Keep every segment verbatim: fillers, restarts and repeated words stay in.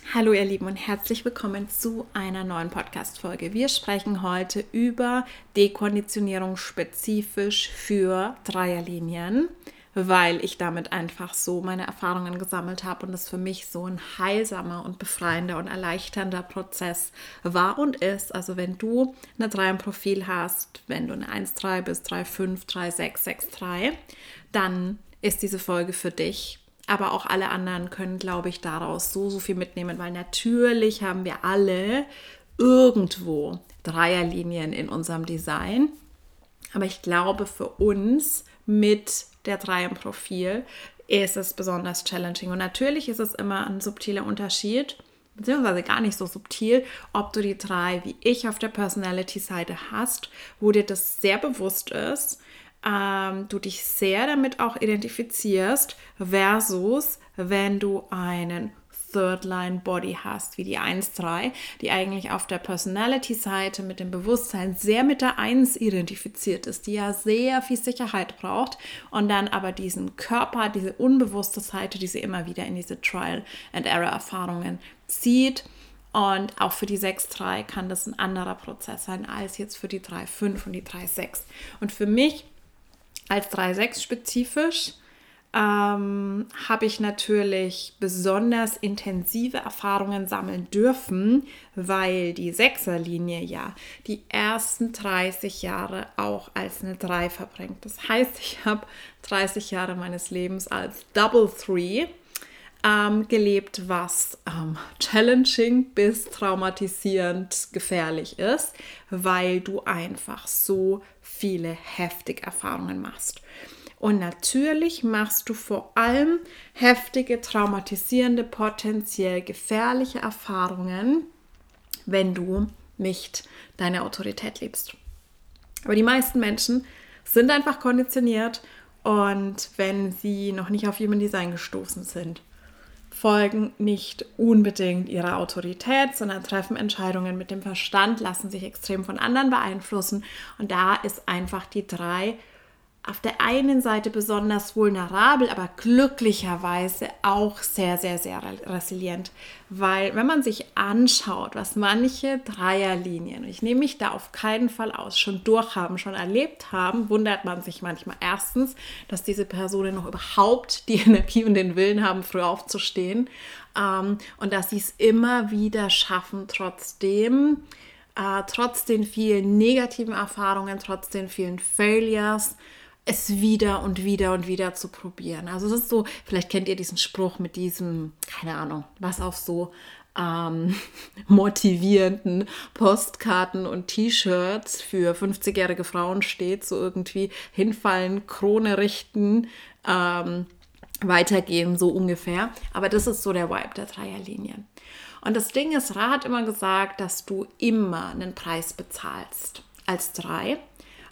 Hallo ihr Lieben und herzlich willkommen zu einer neuen Podcast-Folge. Wir sprechen heute über Dekonditionierung spezifisch für Dreierlinien, weil ich damit einfach so meine Erfahrungen gesammelt habe und das für mich so ein heilsamer und befreiender und erleichternder Prozess war und ist. Also wenn du eine drei im Profil hast, wenn du eine eins drei bist, drei fünf, drei sechs, sechs drei, dann ist diese Folge für dich. Aber auch alle anderen können, glaube ich, daraus so, so viel mitnehmen, weil natürlich haben wir alle irgendwo Dreierlinien in unserem Design. Aber ich glaube, für uns mit der drei im Profil ist es besonders challenging. Und natürlich ist es immer ein subtiler Unterschied, beziehungsweise gar nicht so subtil, ob du die drei wie ich auf der Personality-Seite hast, wo dir das sehr bewusst ist, Ähm, du dich sehr damit auch identifizierst, versus wenn du einen Third-Line-Body hast, wie die eins drei, die eigentlich auf der Personality-Seite mit dem Bewusstsein sehr mit der eins identifiziert ist, die ja sehr viel Sicherheit braucht und dann aber diesen Körper, diese unbewusste Seite, die sie immer wieder in diese Trial-and-Error-Erfahrungen zieht. Und auch für die sechs drei kann das ein anderer Prozess sein als jetzt für die drei fünf und die drei sechs. Und für mich als drei sechs spezifisch ähm, habe ich natürlich besonders intensive Erfahrungen sammeln dürfen, weil die sechser-Linie ja die ersten dreißig Jahre auch als eine drei verbringt. Das heißt, ich habe dreißig Jahre meines Lebens als Double Three ähm, gelebt, was ähm, challenging bis traumatisierend gefährlich ist, weil du einfach so viele heftige Erfahrungen machst. Und natürlich machst du vor allem heftige, traumatisierende, potenziell gefährliche Erfahrungen, wenn du nicht deine Autorität lebst. Aber die meisten Menschen sind einfach konditioniert und wenn sie noch nicht auf Human Design gestoßen sind, folgen nicht unbedingt ihrer Autorität, sondern treffen Entscheidungen mit dem Verstand, lassen sich extrem von anderen beeinflussen. Und da ist einfach die drei auf der einen Seite besonders vulnerabel, aber glücklicherweise auch sehr, sehr, sehr resilient. Weil wenn man sich anschaut, was manche Dreierlinien, und ich nehme mich da auf keinen Fall aus, schon durchhaben, schon erlebt haben, wundert man sich manchmal erstens, dass diese Personen noch überhaupt die Energie und den Willen haben, früh aufzustehen ähm, und dass sie es immer wieder schaffen, trotzdem, äh, trotz den vielen negativen Erfahrungen, trotz den vielen Failures, es wieder und wieder und wieder zu probieren. Also das ist so, vielleicht kennt ihr diesen Spruch mit diesem, keine Ahnung, was auf so ähm, motivierenden Postkarten und T-Shirts für fünfzigjährige Frauen steht, so irgendwie hinfallen, Krone richten, ähm, weitergehen, so ungefähr. Aber das ist so der Vibe der Dreierlinien. Und das Ding ist, Ra hat immer gesagt, dass du immer einen Preis bezahlst als drei.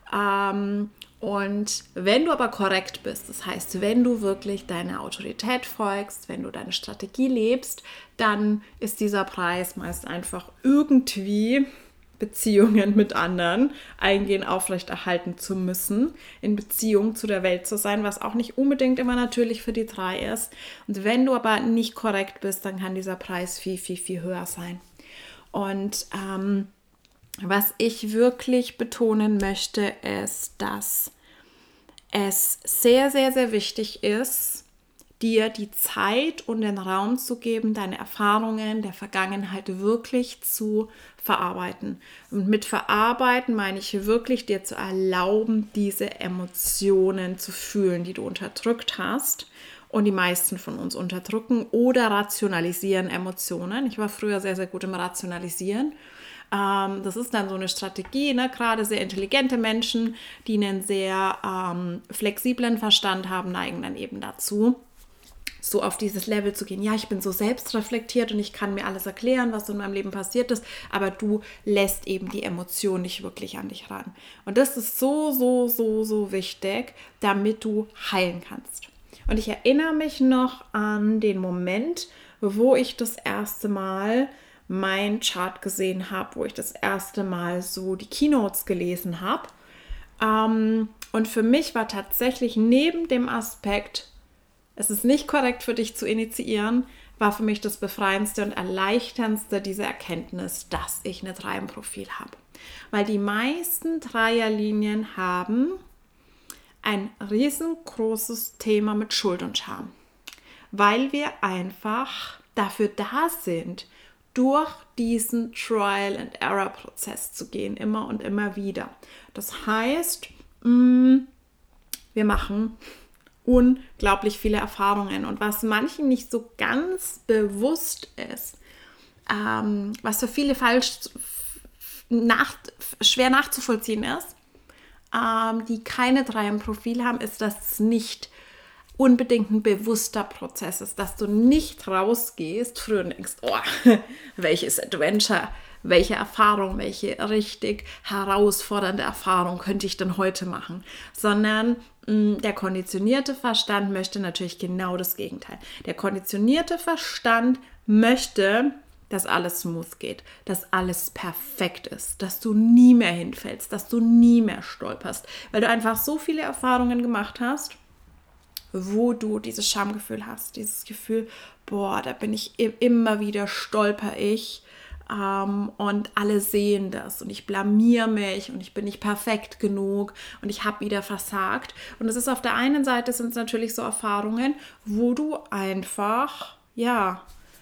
Ähm, Und wenn du aber korrekt bist, das heißt, wenn du wirklich deiner Autorität folgst, wenn du deine Strategie lebst, dann ist dieser Preis meist einfach irgendwie Beziehungen mit anderen eingehen, aufrechterhalten zu müssen, in Beziehung zu der Welt zu sein, was auch nicht unbedingt immer natürlich für die drei ist. Und wenn du aber nicht korrekt bist, dann kann dieser Preis viel, viel, viel höher sein. Und ähm, was ich wirklich betonen möchte, ist, dass es sehr, sehr, sehr wichtig ist, dir die Zeit und den Raum zu geben, deine Erfahrungen der Vergangenheit wirklich zu verarbeiten. Und mit verarbeiten meine ich wirklich, dir zu erlauben, diese Emotionen zu fühlen, die du unterdrückt hast. Und die meisten von uns unterdrücken oder rationalisieren Emotionen. Ich war früher sehr, sehr gut im Rationalisieren. Ähm, das ist dann so eine Strategie, ne? Gerade sehr intelligente Menschen, die einen sehr ähm, flexiblen Verstand haben, neigen dann eben dazu, so auf dieses Level zu gehen. Ja, ich bin so selbstreflektiert und ich kann mir alles erklären, was in meinem Leben passiert ist, aber du lässt eben die Emotion nicht wirklich an dich ran. Und das ist so, so, so, so wichtig, damit du heilen kannst. Und ich erinnere mich noch an den Moment, wo ich das erste Mal mein Chart gesehen habe, wo ich das erste Mal so die Keynotes gelesen habe. Ähm, und für mich war tatsächlich neben dem Aspekt, es ist nicht korrekt für dich zu initiieren, war für mich das Befreiendste und Erleichterndste diese Erkenntnis, dass ich eine drei im Profil habe. Weil die meisten Dreierlinien haben ein riesengroßes Thema mit Schuld und Scham. Weil wir einfach dafür da sind, durch diesen Trial-and-Error-Prozess zu gehen, immer und immer wieder. Das heißt, wir machen unglaublich viele Erfahrungen. Und was manchen nicht so ganz bewusst ist, ähm, was für viele falsch nach, schwer nachzuvollziehen ist, ähm, die keine drei im Profil haben, ist, dass es nicht unbedingt ein bewusster Prozess ist, dass du nicht rausgehst früher und denkst, oh, welches Adventure, welche Erfahrung, welche richtig herausfordernde Erfahrung könnte ich denn heute machen, sondern mh, der konditionierte Verstand möchte natürlich genau das Gegenteil. Der konditionierte Verstand möchte, dass alles smooth geht, dass alles perfekt ist, dass du nie mehr hinfällst, dass du nie mehr stolperst, weil du einfach so viele Erfahrungen gemacht hast, wo du dieses Schamgefühl hast, dieses Gefühl, boah, da bin ich immer wieder, stolper ich ähm, und alle sehen das und ich blamier mich und ich bin nicht perfekt genug und ich habe wieder versagt. Und es ist auf der einen Seite sind es natürlich so Erfahrungen, wo du einfach, ja,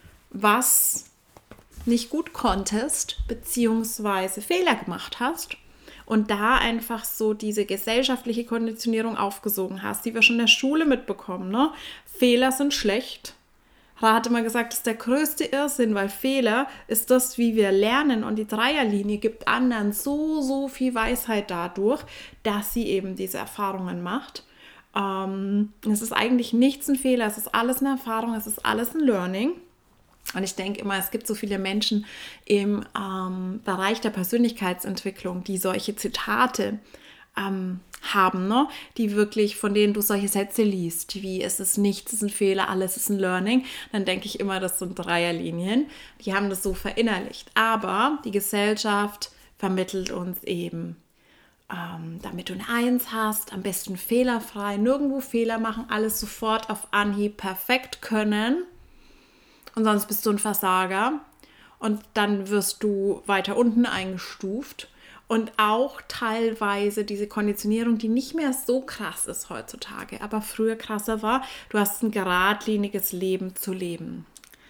was nicht gut konntest, beziehungsweise Fehler gemacht hast. Und da einfach so diese gesellschaftliche Konditionierung aufgesogen hast, die wir schon in der Schule mitbekommen. Ne? Fehler sind schlecht. Ra hat immer gesagt, das ist der größte Irrsinn, weil Fehler ist das, wie wir lernen. Und die Dreierlinie gibt anderen so, so viel Weisheit dadurch, dass sie eben diese Erfahrungen macht. Ähm, es ist eigentlich nichts ein Fehler, es ist alles eine Erfahrung, es ist alles ein Learning. Und ich denke immer, es gibt so viele Menschen im ähm, Bereich der Persönlichkeitsentwicklung, die solche Zitate ähm, haben, ne? Die wirklich, von denen du solche Sätze liest, wie es ist nichts, es ist ein Fehler, alles ist ein Learning. Dann denke ich immer, das sind Dreierlinien. Die haben das so verinnerlicht. Aber die Gesellschaft vermittelt uns eben, ähm, damit du eine Eins hast, am besten fehlerfrei, nirgendwo Fehler machen, alles sofort auf Anhieb perfekt können. Und sonst bist du ein Versager und dann wirst du weiter unten eingestuft. Und auch teilweise diese Konditionierung, die nicht mehr so krass ist heutzutage, aber früher krasser war, du hast ein geradliniges Leben zu leben.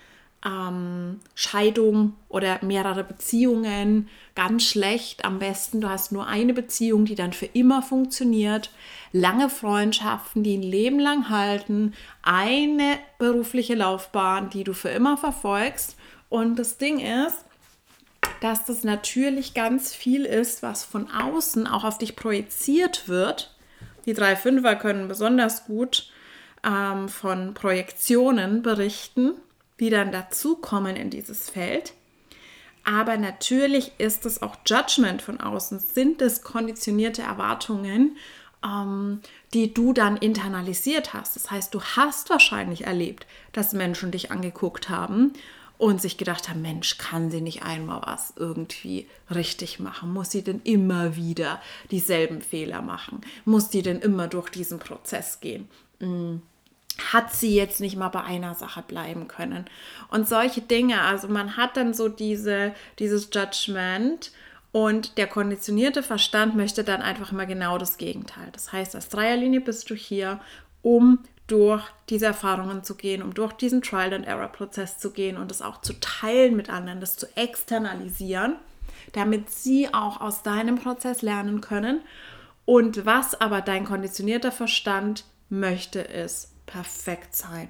Ähm, Scheidung oder mehrere Beziehungen, ganz schlecht. Am besten, du hast nur eine Beziehung, die dann für immer funktioniert. Lange Freundschaften, die ein Leben lang halten. Eine berufliche Laufbahn, die du für immer verfolgst. Und das Ding ist, dass das natürlich ganz viel ist, was von außen auch auf dich projiziert wird. Die drei Fünfer können besonders gut ähm, von Projektionen berichten, die dann dazukommen in dieses Feld. Aber natürlich ist es auch Judgment von außen, sind es konditionierte Erwartungen, ähm, die du dann internalisiert hast. Das heißt, du hast wahrscheinlich erlebt, dass Menschen dich angeguckt haben und sich gedacht haben, Mensch, kann sie nicht einmal was irgendwie richtig machen? Muss sie denn immer wieder dieselben Fehler machen? Muss sie denn immer durch diesen Prozess gehen? Mhm. Hat sie jetzt nicht mal bei einer Sache bleiben können? Und solche Dinge, also man hat dann so diese, dieses Judgment und der konditionierte Verstand möchte dann einfach immer genau das Gegenteil. Das heißt, als Dreierlinie bist du hier, um durch diese Erfahrungen zu gehen, um durch diesen Trial-and-Error-Prozess zu gehen und das auch zu teilen mit anderen, das zu externalisieren, damit sie auch aus deinem Prozess lernen können. Und was aber dein konditionierter Verstand möchte, ist perfekt sein,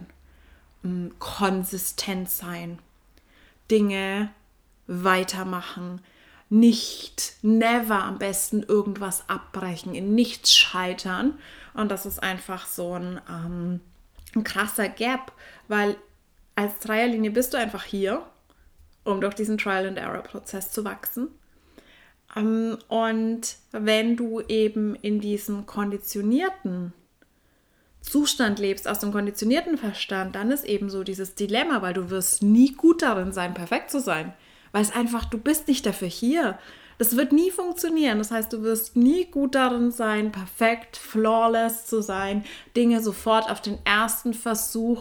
konsistent sein, Dinge weitermachen, nicht, never am besten irgendwas abbrechen, in nichts scheitern. Und das ist einfach so ein, ähm, ein krasser Gap, weil als Dreierlinie bist du einfach hier, um durch diesen Trial-and-Error-Prozess zu wachsen. Ähm, und wenn du eben in diesem konditionierten Zustand lebst, aus dem konditionierten Verstand, dann ist eben so dieses Dilemma, weil du wirst nie gut darin sein, perfekt zu sein. Weil es einfach, du bist nicht dafür hier. Das wird nie funktionieren. Das heißt, du wirst nie gut darin sein, perfekt, flawless zu sein, Dinge sofort auf den ersten Versuch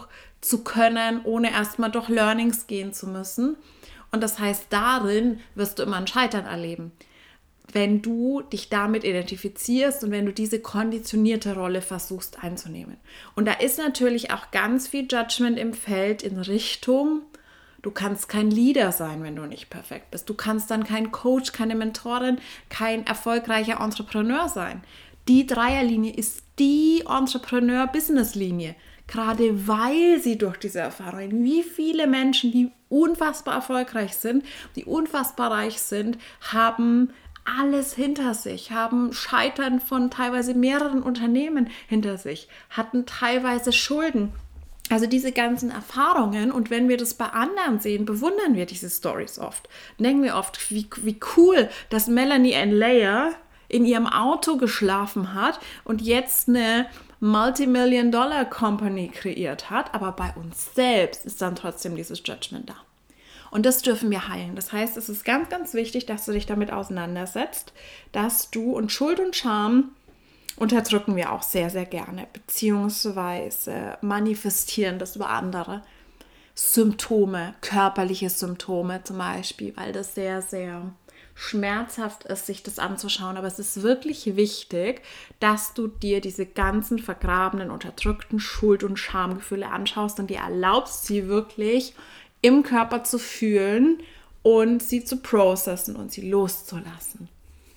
zu können, ohne erstmal durch Learnings gehen zu müssen. Und das heißt, darin wirst du immer ein Scheitern erleben, wenn du dich damit identifizierst und wenn du diese konditionierte Rolle versuchst einzunehmen. Und da ist natürlich auch ganz viel Judgment im Feld in Richtung, du kannst kein Leader sein, wenn du nicht perfekt bist. Du kannst dann kein Coach, keine Mentorin, kein erfolgreicher Entrepreneur sein. Die Dreierlinie ist die Entrepreneur-Business-Linie. Gerade weil sie durch diese Erfahrungen, wie viele Menschen, die unfassbar erfolgreich sind, die unfassbar reich sind, haben alles hinter sich, haben Scheitern von teilweise mehreren Unternehmen hinter sich, hatten teilweise Schulden. Also diese ganzen Erfahrungen, und wenn wir das bei anderen sehen, bewundern wir diese Stories oft. Denken wir oft, wie, wie cool, dass Melanie Ann Layer in ihrem Auto geschlafen hat und jetzt eine Multimillion-Dollar-Company kreiert hat, aber bei uns selbst ist dann trotzdem dieses Judgment da. Und das dürfen wir heilen. Das heißt, es ist ganz, ganz wichtig, dass du dich damit auseinandersetzt, dass du, und Schuld und Scham unterdrücken wir auch sehr, sehr gerne, beziehungsweise manifestieren das über andere Symptome, körperliche Symptome zum Beispiel, weil das sehr, sehr schmerzhaft ist, sich das anzuschauen. Aber es ist wirklich wichtig, dass du dir diese ganzen vergrabenen, unterdrückten Schuld- und Schamgefühle anschaust und dir erlaubst, sie wirklich im Körper zu fühlen und sie zu processen und sie loszulassen.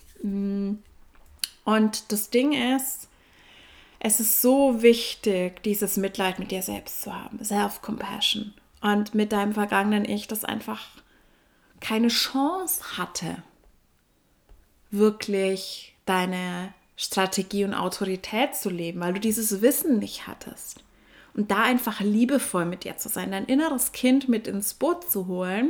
Und das Ding ist, es ist so wichtig, dieses Mitleid mit dir selbst zu haben, Self-Compassion. Und mit deinem vergangenen Ich, das einfach keine Chance hatte, wirklich deine Strategie und Autorität zu leben, weil du dieses Wissen nicht hattest. Und da einfach liebevoll mit dir zu sein, dein inneres Kind mit ins Boot zu holen,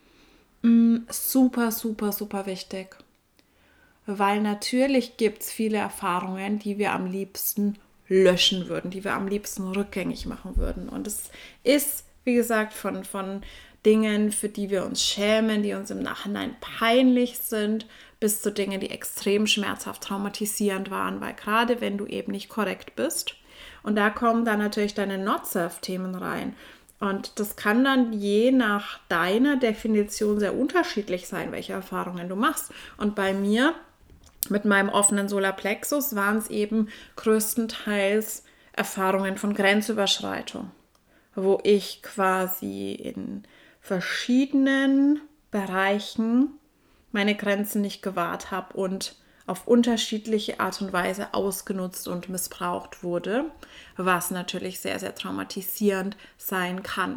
super, super, super wichtig. Weil natürlich gibt es viele Erfahrungen, die wir am liebsten löschen würden, die wir am liebsten rückgängig machen würden. Und es ist, wie gesagt, von, von Dingen, für die wir uns schämen, die uns im Nachhinein peinlich sind, bis zu Dingen, die extrem schmerzhaft traumatisierend waren, weil gerade wenn du eben nicht korrekt bist, und da kommen dann natürlich deine Not-Self-Themen rein. Und das kann dann je nach deiner Definition sehr unterschiedlich sein, welche Erfahrungen du machst. Und bei mir mit meinem offenen Solarplexus waren es eben größtenteils Erfahrungen von Grenzüberschreitung, wo ich quasi in verschiedenen Bereichen meine Grenzen nicht gewahrt habe und auf unterschiedliche Art und Weise ausgenutzt und missbraucht wurde, was natürlich sehr, sehr traumatisierend sein kann.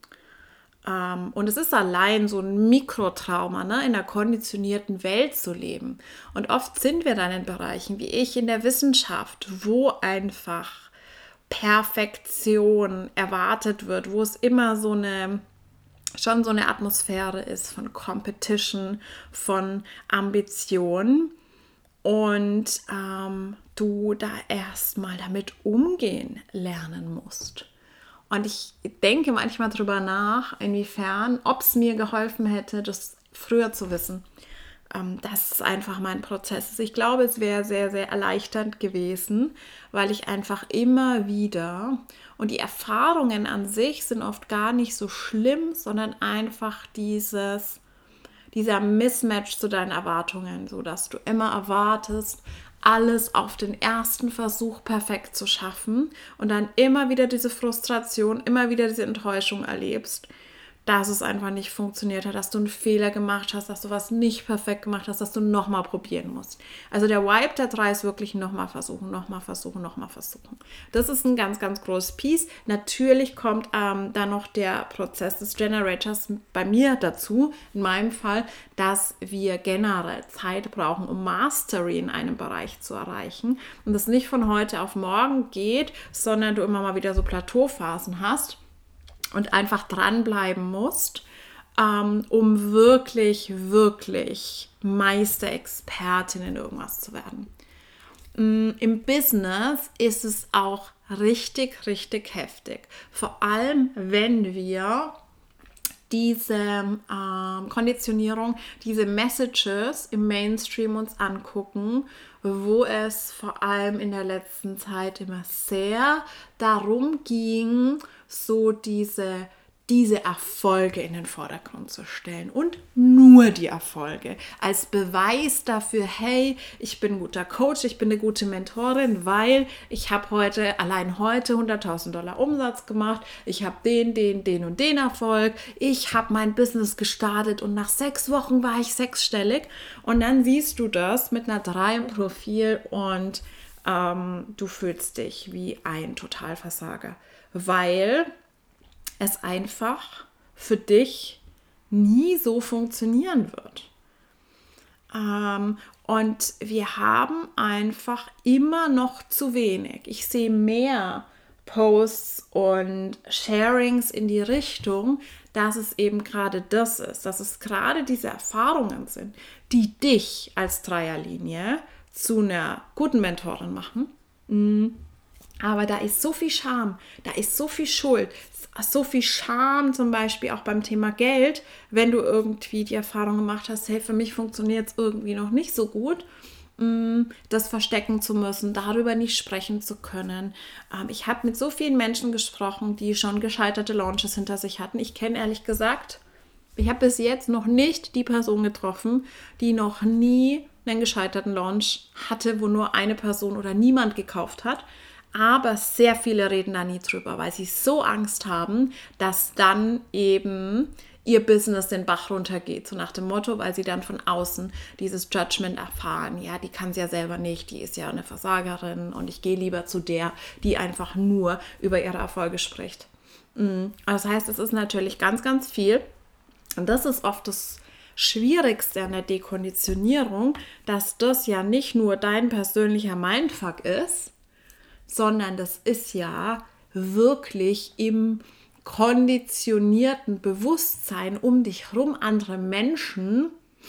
Ähm, und es ist allein so ein Mikrotrauma, ne, in einer konditionierten Welt zu leben. Und oft sind wir dann in Bereichen, wie ich in der Wissenschaft, wo einfach Perfektion erwartet wird, wo es immer so eine schon so eine Atmosphäre ist von Competition, von Ambition und ähm, du da erstmal damit umgehen lernen musst. Und ich denke manchmal drüber nach, inwiefern, ob es mir geholfen hätte, das früher zu wissen. Ähm, das ist einfach mein Prozess. Ich glaube, es wäre sehr, sehr erleichternd gewesen, weil ich einfach immer wieder, und die Erfahrungen an sich sind oft gar nicht so schlimm, sondern einfach dieses, dieser Mismatch zu deinen Erwartungen, sodass du immer erwartest, alles auf den ersten Versuch perfekt zu schaffen und dann immer wieder diese Frustration, immer wieder diese Enttäuschung erlebst, dass es einfach nicht funktioniert hat, dass du einen Fehler gemacht hast, dass du was nicht perfekt gemacht hast, dass du nochmal probieren musst. Also der Vibe der drei ist wirklich nochmal versuchen, nochmal versuchen, nochmal versuchen. Das ist ein ganz, ganz großes Piece. Natürlich kommt ähm, dann noch der Prozess des Generators bei mir dazu, in meinem Fall, dass wir generell Zeit brauchen, um Mastery in einem Bereich zu erreichen. Und das nicht von heute auf morgen geht, sondern du immer mal wieder so Plateauphasen hast und einfach dranbleiben musst, ähm, um wirklich, wirklich Meisterexpertin in irgendwas zu werden. Ähm, Im Business ist es auch richtig, richtig heftig. Vor allem, wenn wir diese ähm, Konditionierung, diese Messages im Mainstream uns angucken, wo es vor allem in der letzten Zeit immer sehr darum ging, so diese diese Erfolge in den Vordergrund zu stellen und nur die Erfolge als Beweis dafür, hey, ich bin ein guter Coach, ich bin eine gute Mentorin, weil ich habe heute, allein heute hunderttausend Dollar Umsatz gemacht, ich habe den, den, den und den Erfolg, ich habe mein Business gestartet und nach sechs Wochen war ich sechsstellig und dann siehst du das mit einer drei im Profil und ähm, du fühlst dich wie ein Totalversager, weil es einfach für dich nie so funktionieren wird. Ähm, und wir haben einfach immer noch zu wenig. Ich sehe mehr Posts und Sharings in die Richtung, dass es eben gerade das ist, dass es gerade diese Erfahrungen sind, die dich als Dreierlinie zu einer guten Mentorin machen. Mhm. Aber da ist so viel Scham, da ist so viel Schuld, so viel Scham zum Beispiel auch beim Thema Geld, wenn du irgendwie die Erfahrung gemacht hast, hey, für mich funktioniert es irgendwie noch nicht so gut, das verstecken zu müssen, darüber nicht sprechen zu können. Ich habe mit so vielen Menschen gesprochen, die schon gescheiterte Launches hinter sich hatten. Ich kenne ehrlich gesagt, ich habe bis jetzt noch nicht die Person getroffen, die noch nie einen gescheiterten Launch hatte, wo nur eine Person oder niemand gekauft hat. Aber sehr viele reden da nie drüber, weil sie so Angst haben, dass dann eben ihr Business den Bach runtergeht. So nach dem Motto, weil sie dann von außen dieses Judgment erfahren. Ja, die kann es ja selber nicht, die ist ja eine Versagerin und ich gehe lieber zu der, die einfach nur über ihre Erfolge spricht. Das heißt, es ist natürlich ganz, ganz viel. Und das ist oft das Schwierigste an der Dekonditionierung, dass das ja nicht nur dein persönlicher Mindfuck ist, sondern das ist ja wirklich im konditionierten Bewusstsein um dich herum. Andere Menschen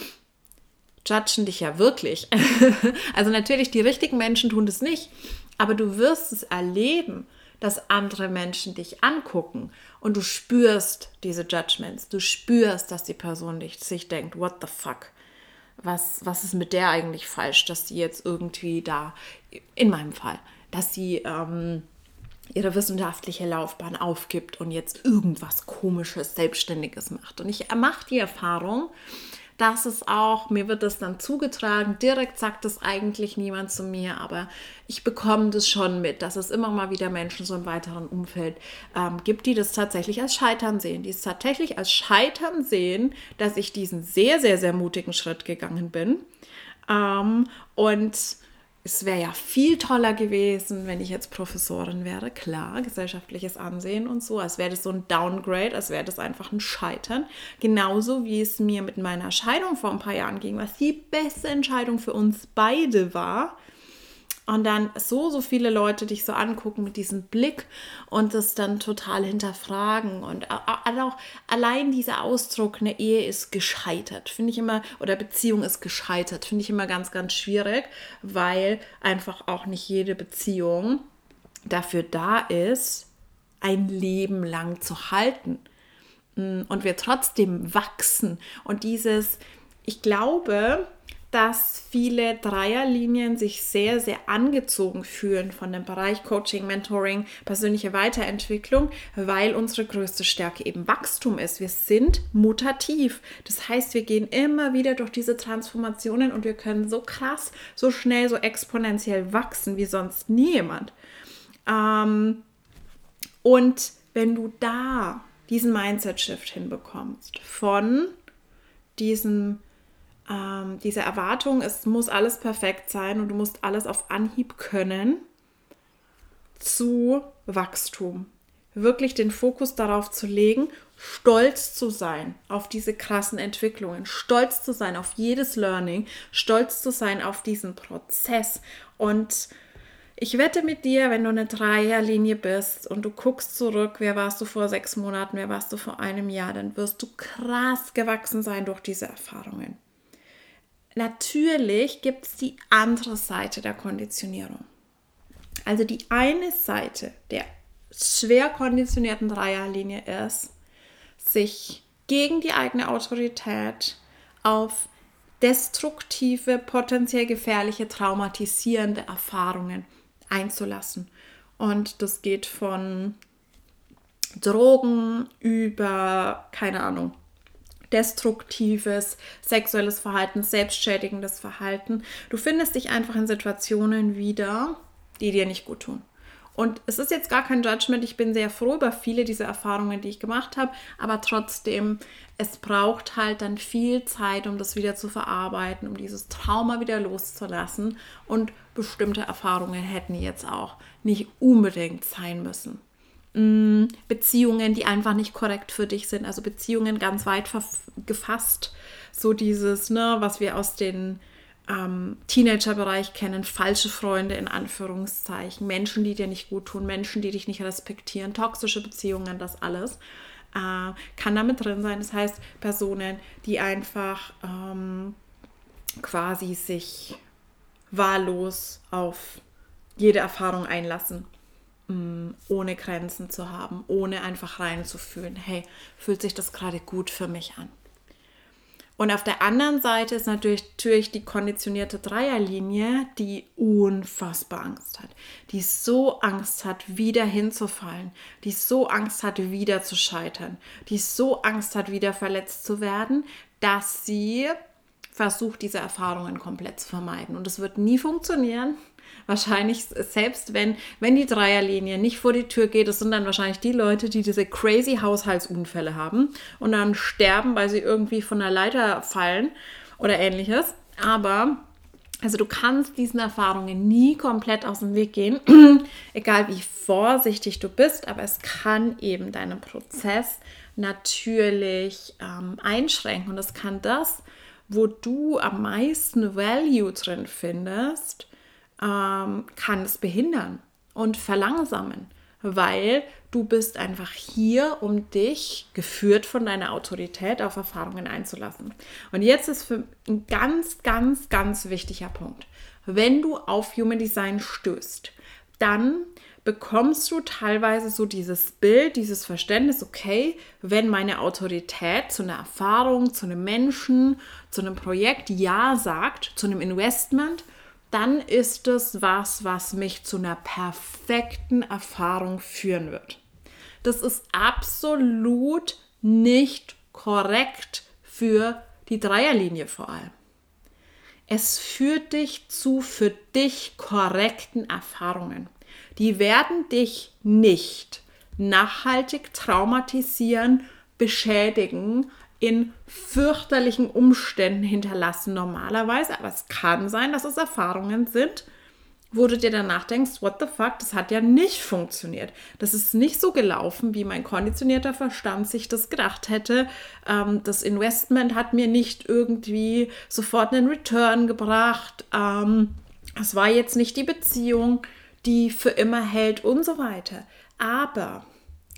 judgen dich ja wirklich. Also natürlich, die richtigen Menschen tun das nicht, aber du wirst es erleben, dass andere Menschen dich angucken und du spürst diese Judgments. Du spürst, dass die Person dich, sich denkt, what the fuck? Was, was ist mit der eigentlich falsch, dass die jetzt irgendwie da, in meinem Fall, dass sie ähm, ihre wissenschaftliche Laufbahn aufgibt und jetzt irgendwas Komisches, Selbstständiges macht. Und ich mache die Erfahrung, dass es auch, mir wird das dann zugetragen, direkt sagt das eigentlich niemand zu mir, aber ich bekomme das schon mit, dass es immer mal wieder Menschen so im weiteren Umfeld ähm, gibt, die das tatsächlich als Scheitern sehen, die es tatsächlich als Scheitern sehen, dass ich diesen sehr, sehr, sehr mutigen Schritt gegangen bin. Ähm, und es wäre ja viel toller gewesen, wenn ich jetzt Professorin wäre. Klar, gesellschaftliches Ansehen und so. Als wäre das so ein Downgrade, als wäre das einfach ein Scheitern. Genauso wie es mir mit meiner Scheidung vor ein paar Jahren ging, was die beste Entscheidung für uns beide war. Und dann so, so viele Leute dich so angucken mit diesem Blick und das dann total hinterfragen. Und auch allein dieser Ausdruck, eine Ehe ist gescheitert, finde ich immer, oder Beziehung ist gescheitert, finde ich immer ganz, ganz schwierig, weil einfach auch nicht jede Beziehung dafür da ist, ein Leben lang zu halten. Und wir trotzdem wachsen. Und dieses, ich glaube, dass viele Dreierlinien sich sehr, sehr angezogen fühlen von dem Bereich Coaching, Mentoring, persönliche Weiterentwicklung, weil unsere größte Stärke eben Wachstum ist. Wir sind mutativ. Das heißt, wir gehen immer wieder durch diese Transformationen und wir können so krass, so schnell, so exponentiell wachsen wie sonst nie jemand. Ähm, und wenn du da diesen Mindset-Shift hinbekommst von diesem Ähm, diese Erwartung, es muss alles perfekt sein und du musst alles auf Anhieb können, zu Wachstum. Wirklich den Fokus darauf zu legen, stolz zu sein auf diese krassen Entwicklungen, stolz zu sein auf jedes Learning, stolz zu sein auf diesen Prozess. Und ich wette mit dir, wenn du eine Dreierlinie bist und du guckst zurück, wer warst du vor sechs Monaten, wer warst du vor einem Jahr, dann wirst du krass gewachsen sein durch diese Erfahrungen. Natürlich gibt es die andere Seite der Konditionierung. Also die eine Seite der schwer konditionierten Dreierlinie ist, sich gegen die eigene Autorität auf destruktive, potenziell gefährliche, traumatisierende Erfahrungen einzulassen. Und das geht von Drogen über, keine Ahnung, destruktives, sexuelles Verhalten, selbstschädigendes Verhalten. Du findest dich einfach in Situationen wieder, die dir nicht gut tun. Und es ist jetzt gar kein Judgment, ich bin sehr froh über viele dieser Erfahrungen, die ich gemacht habe, aber trotzdem, es braucht halt dann viel Zeit, um das wieder zu verarbeiten, um dieses Trauma wieder loszulassen, und bestimmte Erfahrungen hätten jetzt auch nicht unbedingt sein müssen. Beziehungen, die einfach nicht korrekt für dich sind, also Beziehungen ganz weit gefasst, so dieses, ne, was wir aus den ähm, Teenager-Bereich kennen, falsche Freunde in Anführungszeichen, Menschen, die dir nicht gut tun, Menschen, die dich nicht respektieren, toxische Beziehungen, das alles äh, kann damit drin sein. Das heißt, Personen, die einfach ähm, quasi sich wahllos auf jede Erfahrung einlassen, ohne Grenzen zu haben, ohne einfach reinzufühlen, hey, fühlt sich das gerade gut für mich an? Und auf der anderen Seite ist natürlich, natürlich die konditionierte Dreierlinie, die unfassbar Angst hat, die so Angst hat, wieder hinzufallen, die so Angst hat, wieder zu scheitern, die so Angst hat, wieder verletzt zu werden, dass sie versucht, diese Erfahrungen komplett zu vermeiden. Und es wird nie funktionieren. Wahrscheinlich, selbst wenn, wenn die Dreierlinie nicht vor die Tür geht, das sind dann wahrscheinlich die Leute, die diese crazy Haushaltsunfälle haben und dann sterben, weil sie irgendwie von der Leiter fallen oder ähnliches. Aber, also du kannst diesen Erfahrungen nie komplett aus dem Weg gehen, egal wie vorsichtig du bist, aber es kann eben deinen Prozess natürlich ähm, einschränken. Und es kann das, wo du am meisten Value drin findest, ähm, kann es behindern und verlangsamen, weil du bist einfach hier, um dich, geführt von deiner Autorität, auf Erfahrungen einzulassen. Und jetzt ist für ein ganz, ganz, ganz wichtiger Punkt. Wenn du auf Human Design stößt, dann bekommst du teilweise so dieses Bild, dieses Verständnis, okay, wenn meine Autorität zu einer Erfahrung, zu einem Menschen, zu einem Projekt Ja sagt, zu einem Investment, dann ist es was, was mich zu einer perfekten Erfahrung führen wird. Das ist absolut nicht korrekt für die Dreierlinie vor allem. Es führt dich zu für dich korrekten Erfahrungen. Die werden dich nicht nachhaltig traumatisieren, beschädigen, in fürchterlichen Umständen hinterlassen normalerweise. Aber es kann sein, dass es Erfahrungen sind, wo du dir danach denkst, what the fuck, das hat ja nicht funktioniert. Das ist nicht so gelaufen, wie mein konditionierter Verstand sich das gedacht hätte. Ähm, das Investment hat mir nicht irgendwie sofort einen Return gebracht. Ähm, es war jetzt nicht die Beziehung, die für immer hält und so weiter. Aber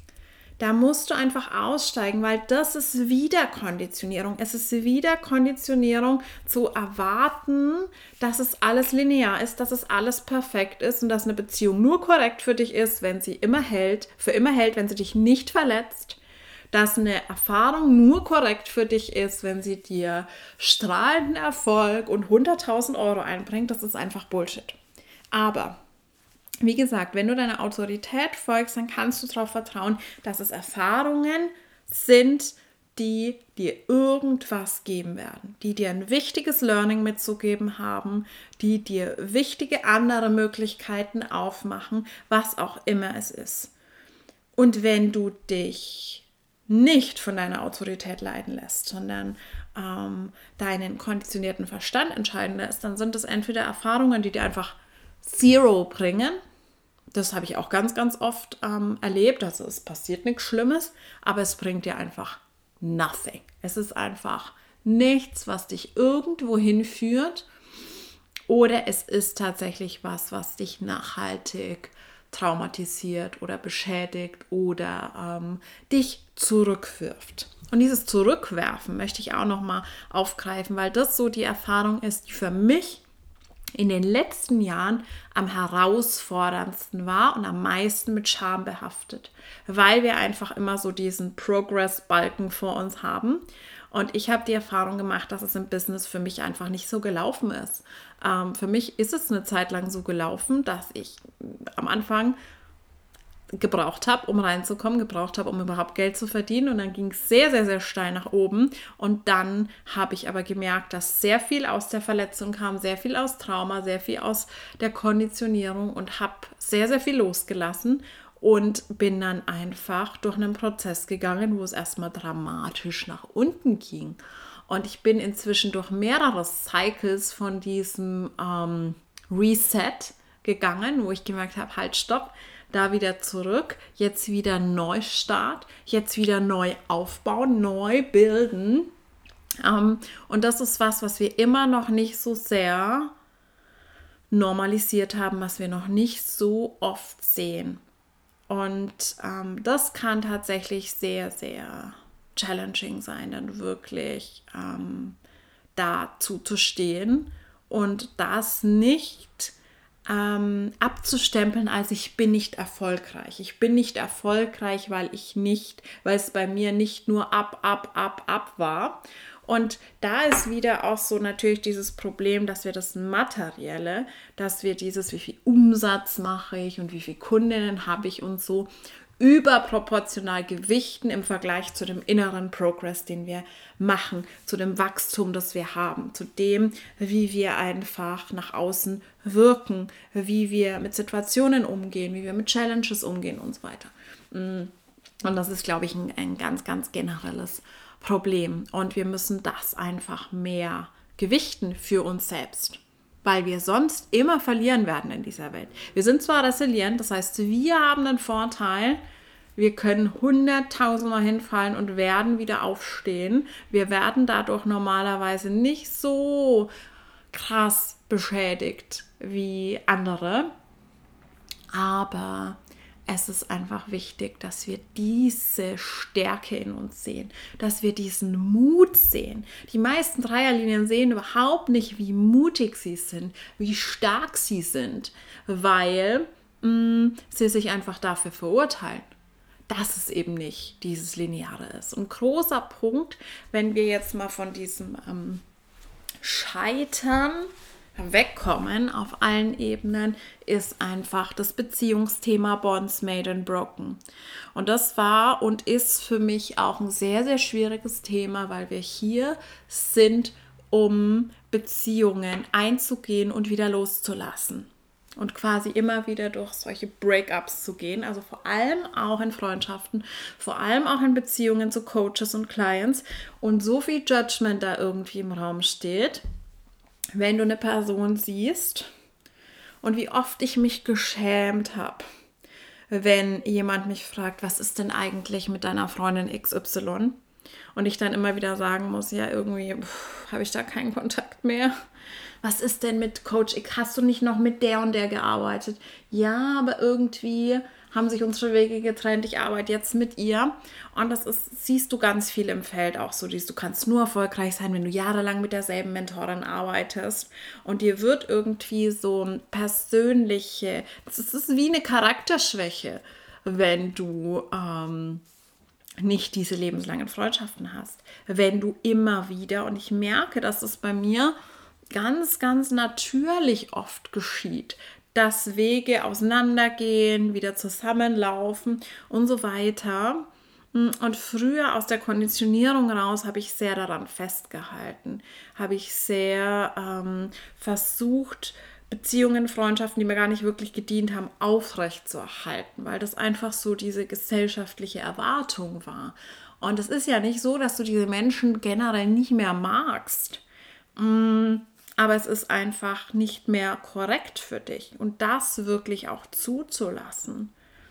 da musst du einfach aussteigen, weil das ist wieder Konditionierung. Es ist wieder Konditionierung zu erwarten, dass es alles linear ist, dass es alles perfekt ist und dass eine Beziehung nur korrekt für dich ist, wenn sie immer hält, für immer hält, wenn sie dich nicht verletzt. Dass eine Erfahrung nur korrekt für dich ist, wenn sie dir strahlenden Erfolg und hunderttausend Euro einbringt. Das ist einfach Bullshit. Aber wie gesagt, wenn du deiner Autorität folgst, dann kannst du darauf vertrauen, dass es Erfahrungen sind, die dir irgendwas geben werden, die dir ein wichtiges Learning mitzugeben haben, die dir wichtige andere Möglichkeiten aufmachen, was auch immer es ist. Und wenn du dich nicht von deiner Autorität leiten lässt, sondern ähm, deinen konditionierten Verstand entscheiden lässt, dann sind es entweder Erfahrungen, die dir einfach Zero bringen. Das habe ich auch ganz, ganz oft ähm, erlebt. Also es passiert nichts Schlimmes, aber es bringt dir einfach nothing. Es ist einfach nichts, was dich irgendwo hinführt. Oder es ist tatsächlich was, was dich nachhaltig traumatisiert oder beschädigt oder ähm, dich zurückwirft. Und dieses Zurückwerfen möchte ich auch nochmal aufgreifen, weil das so die Erfahrung ist, die für mich in den letzten Jahren am herausforderndsten war und am meisten mit Scham behaftet, weil wir einfach immer so diesen Progress-Balken vor uns haben. Und ich habe die Erfahrung gemacht, dass es im Business für mich einfach nicht so gelaufen ist. Ähm, für mich ist es eine Zeit lang so gelaufen, dass ich am Anfang gebraucht habe, um reinzukommen, gebraucht habe, um überhaupt Geld zu verdienen. Und dann ging es sehr, sehr, sehr steil nach oben. Und dann habe ich aber gemerkt, dass sehr viel aus der Verletzung kam, sehr viel aus Trauma, sehr viel aus der Konditionierung und habe sehr, sehr viel losgelassen und bin dann einfach durch einen Prozess gegangen, wo es erstmal dramatisch nach unten ging. Und ich bin inzwischen durch mehrere Cycles von diesem ähm, Reset gegangen, wo ich gemerkt habe, halt, stopp, da wieder zurück, jetzt wieder Neustart, jetzt wieder neu aufbauen, neu bilden. Ähm, und das ist was, was wir immer noch nicht so sehr normalisiert haben, was wir noch nicht so oft sehen. Und ähm, das kann tatsächlich sehr, sehr challenging sein, dann wirklich ähm, dazu zu stehen und das nicht Ähm, abzustempeln, als ich bin nicht erfolgreich. Ich bin nicht erfolgreich, weil ich nicht, weil es bei mir nicht nur ab, ab, ab, ab war. Und da ist wieder auch so natürlich dieses Problem, dass wir das Materielle, dass wir dieses, wie viel Umsatz mache ich und wie viele Kundinnen habe ich und so, überproportional gewichten im Vergleich zu dem inneren Progress, den wir machen, zu dem Wachstum, das wir haben, zu dem, wie wir einfach nach außen wirken, wie wir mit Situationen umgehen, wie wir mit Challenges umgehen und so weiter. Und das ist, glaube ich, ein, ein ganz, ganz generelles Problem. Und wir müssen das einfach mehr gewichten für uns selbst, weil wir sonst immer verlieren werden in dieser Welt. Wir sind zwar resilient, das heißt, wir haben einen Vorteil, wir können hunderttausendmal hinfallen und werden wieder aufstehen. Wir werden dadurch normalerweise nicht so krass beschädigt wie andere, aber es ist einfach wichtig, dass wir diese Stärke in uns sehen, dass wir diesen Mut sehen. Die meisten Dreierlinien sehen überhaupt nicht, wie mutig sie sind, wie stark sie sind, weil mh, sie sich einfach dafür verurteilen, dass es eben nicht dieses Lineare ist. Und großer Punkt, wenn wir jetzt mal von diesem ähm, Scheitern wegkommen auf allen Ebenen, ist einfach das Beziehungsthema Bonds Made and Broken. Und das war und ist für mich auch ein sehr, sehr schwieriges Thema, weil wir hier sind, um Beziehungen einzugehen und wieder loszulassen. Und quasi immer wieder durch solche Breakups zu gehen, also vor allem auch in Freundschaften, vor allem auch in Beziehungen zu Coaches und Clients. Und so viel Judgment da irgendwie im Raum steht, wenn du eine Person siehst und wie oft ich mich geschämt habe, wenn jemand mich fragt, was ist denn eigentlich mit deiner Freundin X Y? Und ich dann immer wieder sagen muss, ja, irgendwie habe ich da keinen Kontakt mehr. Was ist denn mit Coach X? Hast du nicht noch mit der und der gearbeitet? Ja, aber irgendwie haben sich unsere Wege getrennt. Ich arbeite jetzt mit ihr. Und das ist, siehst du ganz viel im Feld auch so. Du kannst nur erfolgreich sein, wenn du jahrelang mit derselben Mentorin arbeitest. Und dir wird irgendwie so ein persönliche, das ist wie eine Charakterschwäche, wenn du ähm, nicht diese lebenslangen Freundschaften hast. Wenn du immer wieder, und ich merke, dass es bei mir ganz, ganz natürlich oft geschieht, dass Wege auseinandergehen, wieder zusammenlaufen und so weiter. Und früher aus der Konditionierung raus habe ich sehr daran festgehalten, habe ich sehr ähm, versucht, Beziehungen, Freundschaften, die mir gar nicht wirklich gedient haben, aufrechtzuerhalten, weil das einfach so diese gesellschaftliche Erwartung war. Und es ist ja nicht so, dass du diese Menschen generell nicht mehr magst. Aber es ist einfach nicht mehr korrekt für dich. Und das wirklich auch zuzulassen.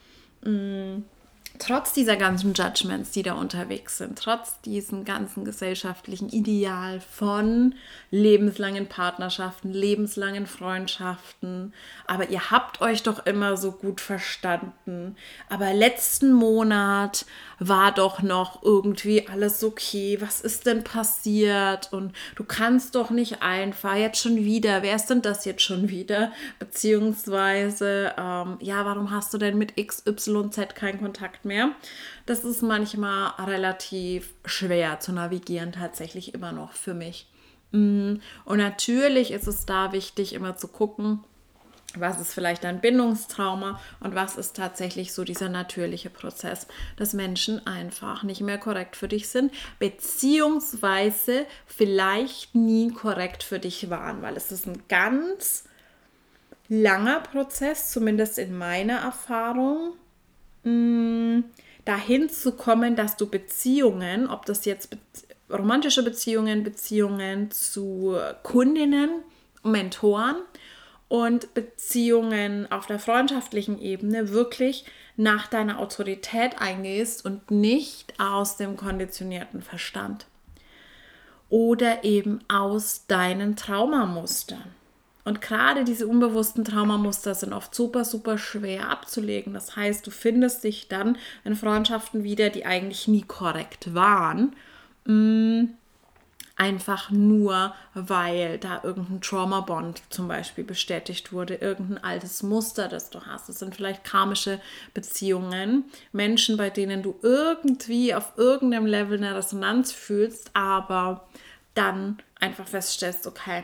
Trotz dieser ganzen Judgments, die da unterwegs sind, trotz diesem ganzen gesellschaftlichen Ideal von lebenslangen Partnerschaften, lebenslangen Freundschaften. Aber ihr habt euch doch immer so gut verstanden. Aber letzten Monat war doch noch irgendwie alles okay, was ist denn passiert und du kannst doch nicht einfach jetzt schon wieder, wer ist denn das jetzt schon wieder, beziehungsweise ähm, ja, warum hast du denn mit X Y Z keinen Kontakt mehr? Das ist manchmal relativ schwer zu navigieren, tatsächlich immer noch für mich. Und natürlich ist es da wichtig, immer zu gucken, was ist vielleicht ein Bindungstrauma und was ist tatsächlich so dieser natürliche Prozess, dass Menschen einfach nicht mehr korrekt für dich sind, beziehungsweise vielleicht nie korrekt für dich waren, weil es ist ein ganz langer Prozess, zumindest in meiner Erfahrung, mh, dahin zu kommen, dass du Beziehungen, ob das jetzt be- romantische Beziehungen, Beziehungen zu Kundinnen, Mentoren und Beziehungen auf der freundschaftlichen Ebene wirklich nach deiner Autorität eingehst und nicht aus dem konditionierten Verstand oder eben aus deinen Traumamustern. Und gerade diese unbewussten Traumamuster sind oft super, super schwer abzulegen. Das heißt, du findest dich dann in Freundschaften wieder, die eigentlich nie korrekt waren, mh, einfach nur, weil da irgendein Trauma-Bond zum Beispiel bestätigt wurde, irgendein altes Muster, das du hast. Das sind vielleicht karmische Beziehungen, Menschen, bei denen du irgendwie auf irgendeinem Level eine Resonanz fühlst, aber dann einfach feststellst, okay,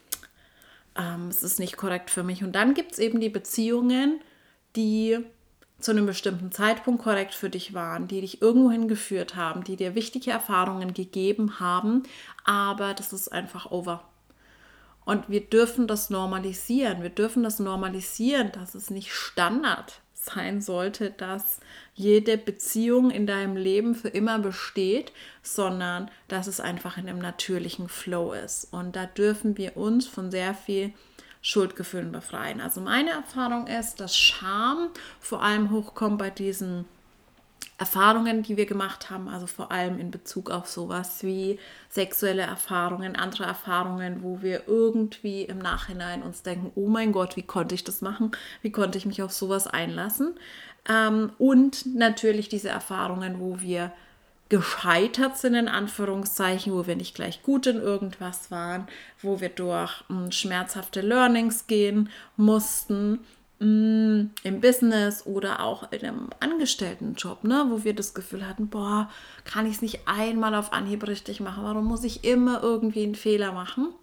ähm, es ist nicht korrekt für mich. Und dann gibt es eben die Beziehungen, die zu einem bestimmten Zeitpunkt korrekt für dich waren, die dich irgendwohin geführt haben, die dir wichtige Erfahrungen gegeben haben, aber das ist einfach over. Und wir dürfen das normalisieren. Wir dürfen das normalisieren, dass es nicht Standard sein sollte, dass jede Beziehung in deinem Leben für immer besteht, sondern dass es einfach in einem natürlichen Flow ist. Und da dürfen wir uns von sehr viel Schuldgefühlen befreien. Also meine Erfahrung ist, dass Scham vor allem hochkommt bei diesen Erfahrungen, die wir gemacht haben, also vor allem in Bezug auf sowas wie sexuelle Erfahrungen, andere Erfahrungen, wo wir irgendwie im Nachhinein uns denken, oh mein Gott, wie konnte ich das machen? Wie konnte ich mich auf sowas einlassen? Ähm, und natürlich diese Erfahrungen, wo wir gescheitert sind, in Anführungszeichen, wo wir nicht gleich gut in irgendwas waren, wo wir durch mh, schmerzhafte Learnings gehen mussten, mh, im Business oder auch in einem Angestelltenjob, ne, wo wir das Gefühl hatten, boah, kann ich es nicht einmal auf Anhieb richtig machen, warum muss ich immer irgendwie einen Fehler machen?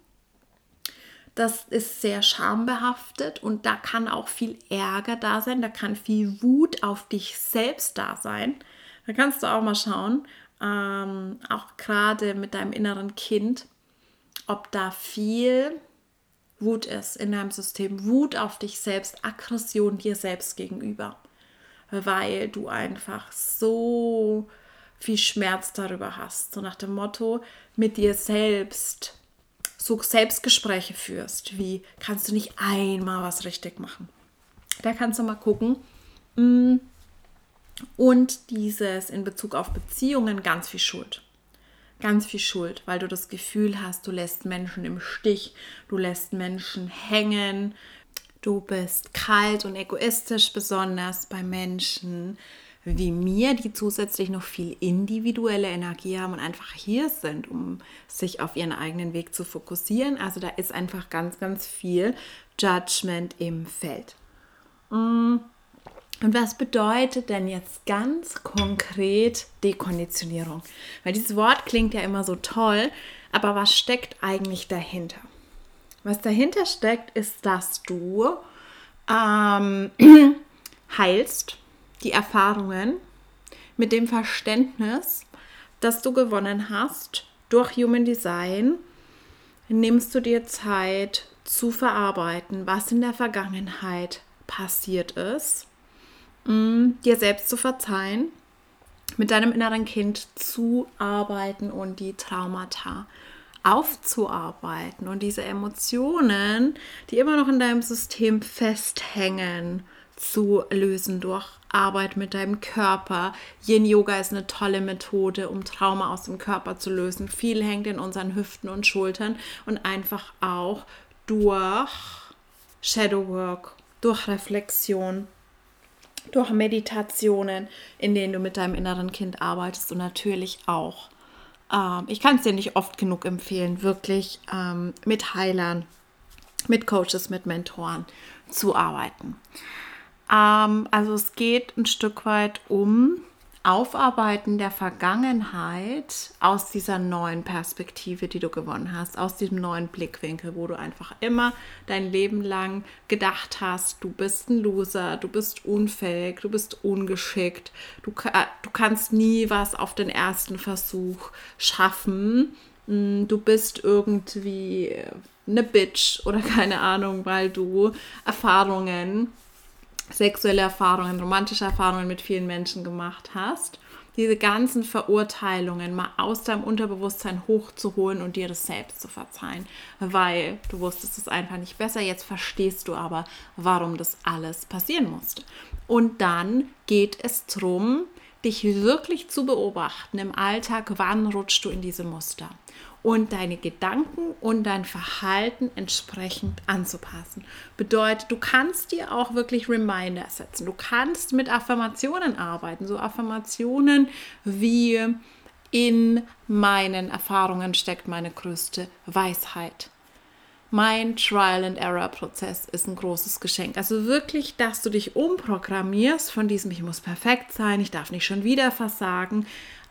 Das ist sehr schambehaftet und da kann auch viel Ärger da sein, da kann viel Wut auf dich selbst da sein. Da kannst du auch mal schauen, ähm, auch gerade mit deinem inneren Kind, ob da viel Wut ist in deinem System. Wut auf dich selbst, Aggression dir selbst gegenüber. Weil du einfach so viel Schmerz darüber hast. So nach dem Motto, mit dir selbst so Selbstgespräche führst, wie kannst du nicht einmal was richtig machen. Da kannst du mal gucken, mh, und dieses in Bezug auf Beziehungen ganz viel Schuld. Ganz viel Schuld, weil du das Gefühl hast, du lässt Menschen im Stich, du lässt Menschen hängen, du bist kalt und egoistisch, besonders bei Menschen wie mir, die zusätzlich noch viel individuelle Energie haben und einfach hier sind, um sich auf ihren eigenen Weg zu fokussieren. Also da ist einfach ganz, ganz viel Judgment im Feld. Und was bedeutet denn jetzt ganz konkret Dekonditionierung? Weil dieses Wort klingt ja immer so toll, aber was steckt eigentlich dahinter? Was dahinter steckt, ist, dass du ähm, heilst die Erfahrungen mit dem Verständnis, das du gewonnen hast durch Human Design, nimmst du dir Zeit zu verarbeiten, was in der Vergangenheit passiert ist, dir selbst zu verzeihen, mit deinem inneren Kind zu arbeiten und die Traumata aufzuarbeiten und diese Emotionen, die immer noch in deinem System festhängen, zu lösen durch Arbeit mit deinem Körper. Yin-Yoga ist eine tolle Methode, um Trauma aus dem Körper zu lösen. Viel hängt in unseren Hüften und Schultern und einfach auch durch Shadowwork, durch Reflexion, durch Meditationen, in denen du mit deinem inneren Kind arbeitest und natürlich auch, ähm, ich kann es dir nicht oft genug empfehlen, wirklich ähm, mit Heilern, mit Coaches, mit Mentoren zu arbeiten. Ähm, also es geht ein Stück weit um Aufarbeiten der Vergangenheit aus dieser neuen Perspektive, die du gewonnen hast, aus diesem neuen Blickwinkel, wo du einfach immer dein Leben lang gedacht hast, du bist ein Loser, du bist unfähig, du bist ungeschickt, du, du kannst nie was auf den ersten Versuch schaffen, du bist irgendwie eine Bitch oder keine Ahnung, weil du Erfahrungen sexuelle Erfahrungen, romantische Erfahrungen mit vielen Menschen gemacht hast, diese ganzen Verurteilungen mal aus deinem Unterbewusstsein hochzuholen und dir das selbst zu verzeihen, weil du wusstest es einfach nicht besser. Jetzt verstehst du aber, warum das alles passieren musste. Und dann geht es darum, dich wirklich zu beobachten im Alltag, wann rutschst du in diese Muster und deine Gedanken und dein Verhalten entsprechend anzupassen. Bedeutet, du kannst dir auch wirklich Reminder setzen. Du kannst mit Affirmationen arbeiten, so Affirmationen wie: in meinen Erfahrungen steckt meine größte Weisheit. Mein Trial-and-Error-Prozess ist ein großes Geschenk. Also wirklich, dass du dich umprogrammierst von diesem, ich muss perfekt sein, ich darf nicht schon wieder versagen,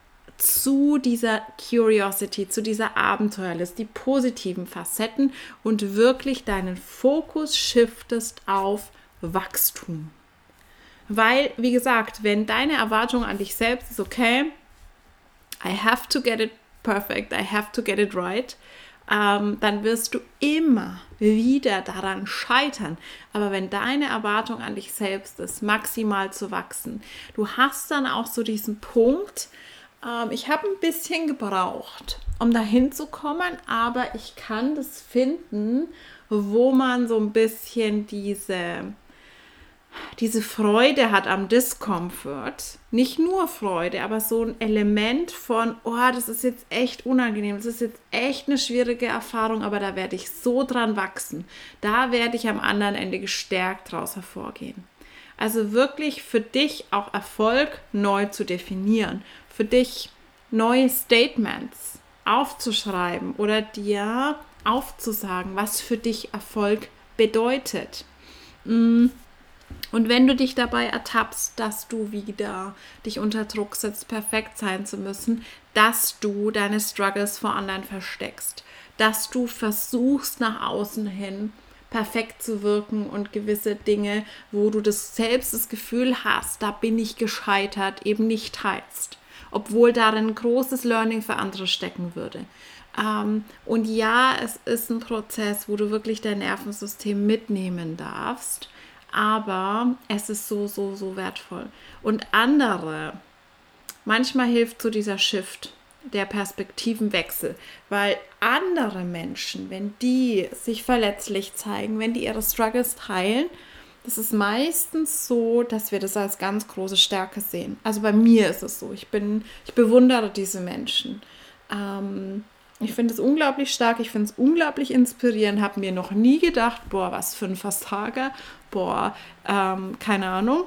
zu dieser Curiosity, zu dieser Abenteuerlust, die positiven Facetten und wirklich deinen Fokus shiftest auf Wachstum. Weil, wie gesagt, wenn deine Erwartung an dich selbst ist, okay, I have to get it perfect, I have to get it right, ähm, dann wirst du immer wieder daran scheitern. Aber wenn deine Erwartung an dich selbst ist, maximal zu wachsen, du hast dann auch so diesen Punkt, ähm, ich habe ein bisschen gebraucht, um dahin zu kommen, aber ich kann das finden, wo man so ein bisschen diese... diese Freude hat am Discomfort, nicht nur Freude, aber so ein Element von, oh, das ist jetzt echt unangenehm, das ist jetzt echt eine schwierige Erfahrung, aber da werde ich so dran wachsen, da werde ich am anderen Ende gestärkt draus hervorgehen. Also wirklich für dich auch Erfolg neu zu definieren, für dich neue Statements aufzuschreiben oder dir aufzusagen, was für dich Erfolg bedeutet. Und wenn du dich dabei ertappst, dass du wieder dich unter Druck setzt, perfekt sein zu müssen, dass du deine Struggles vor anderen versteckst, dass du versuchst nach außen hin perfekt zu wirken und gewisse Dinge, wo du das selbst das Gefühl hast, da bin ich gescheitert, eben nicht teilst, obwohl darin ein großes Learning für andere stecken würde. Ähm, und ja, es ist ein Prozess, wo du wirklich dein Nervensystem mitnehmen darfst, aber es ist so, so, so wertvoll. Und andere, manchmal hilft so dieser Shift, der Perspektivenwechsel, weil andere Menschen, wenn die sich verletzlich zeigen, wenn die ihre Struggles teilen, das ist meistens so, dass wir das als ganz große Stärke sehen. Also bei mir ist es so, ich bin, ich bewundere diese Menschen. Ähm, Ich finde es unglaublich stark, ich finde es unglaublich inspirierend, habe mir noch nie gedacht, boah, was für ein Versager, boah, ähm, keine Ahnung.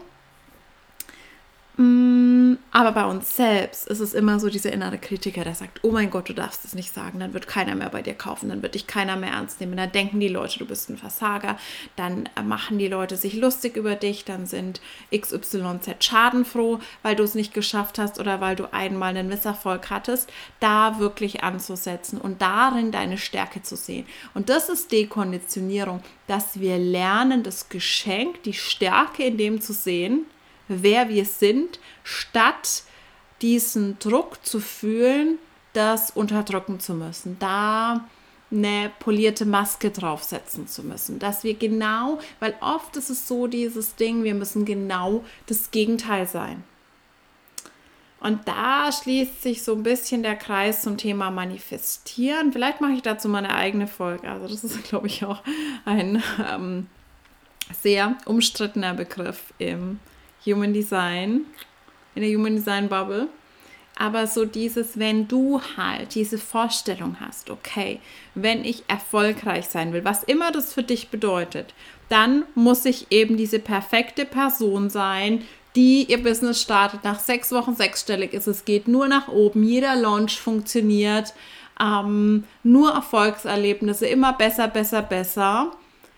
Mm, aber bei uns selbst ist es immer so dieser innere Kritiker, der sagt, oh mein Gott, du darfst es nicht sagen, dann wird keiner mehr bei dir kaufen, dann wird dich keiner mehr ernst nehmen, dann denken die Leute, du bist ein Versager, dann machen die Leute sich lustig über dich, dann sind X Y Z schadenfroh, weil du es nicht geschafft hast oder weil du einmal einen Misserfolg hattest, da wirklich anzusetzen und darin deine Stärke zu sehen. Und das ist Dekonditionierung, dass wir lernen, das Geschenk, die Stärke in dem zu sehen, wer wir sind, statt diesen Druck zu fühlen, das unterdrücken zu müssen, da eine polierte Maske draufsetzen zu müssen, dass wir genau, weil oft ist es so dieses Ding, wir müssen genau das Gegenteil sein. Und da schließt sich so ein bisschen der Kreis zum Thema Manifestieren. Vielleicht mache ich dazu mal eine eigene Folge. Also das ist, glaube ich, auch ein ähm, sehr umstrittener Begriff im Human Design, in der Human Design Bubble. Aber so dieses, wenn du halt diese Vorstellung hast, okay, wenn ich erfolgreich sein will, was immer das für dich bedeutet, dann muss ich eben diese perfekte Person sein, die ihr Business startet, nach sechs Wochen sechsstellig ist, es geht nur nach oben, jeder Launch funktioniert, ähm, nur Erfolgserlebnisse, immer besser, besser, besser.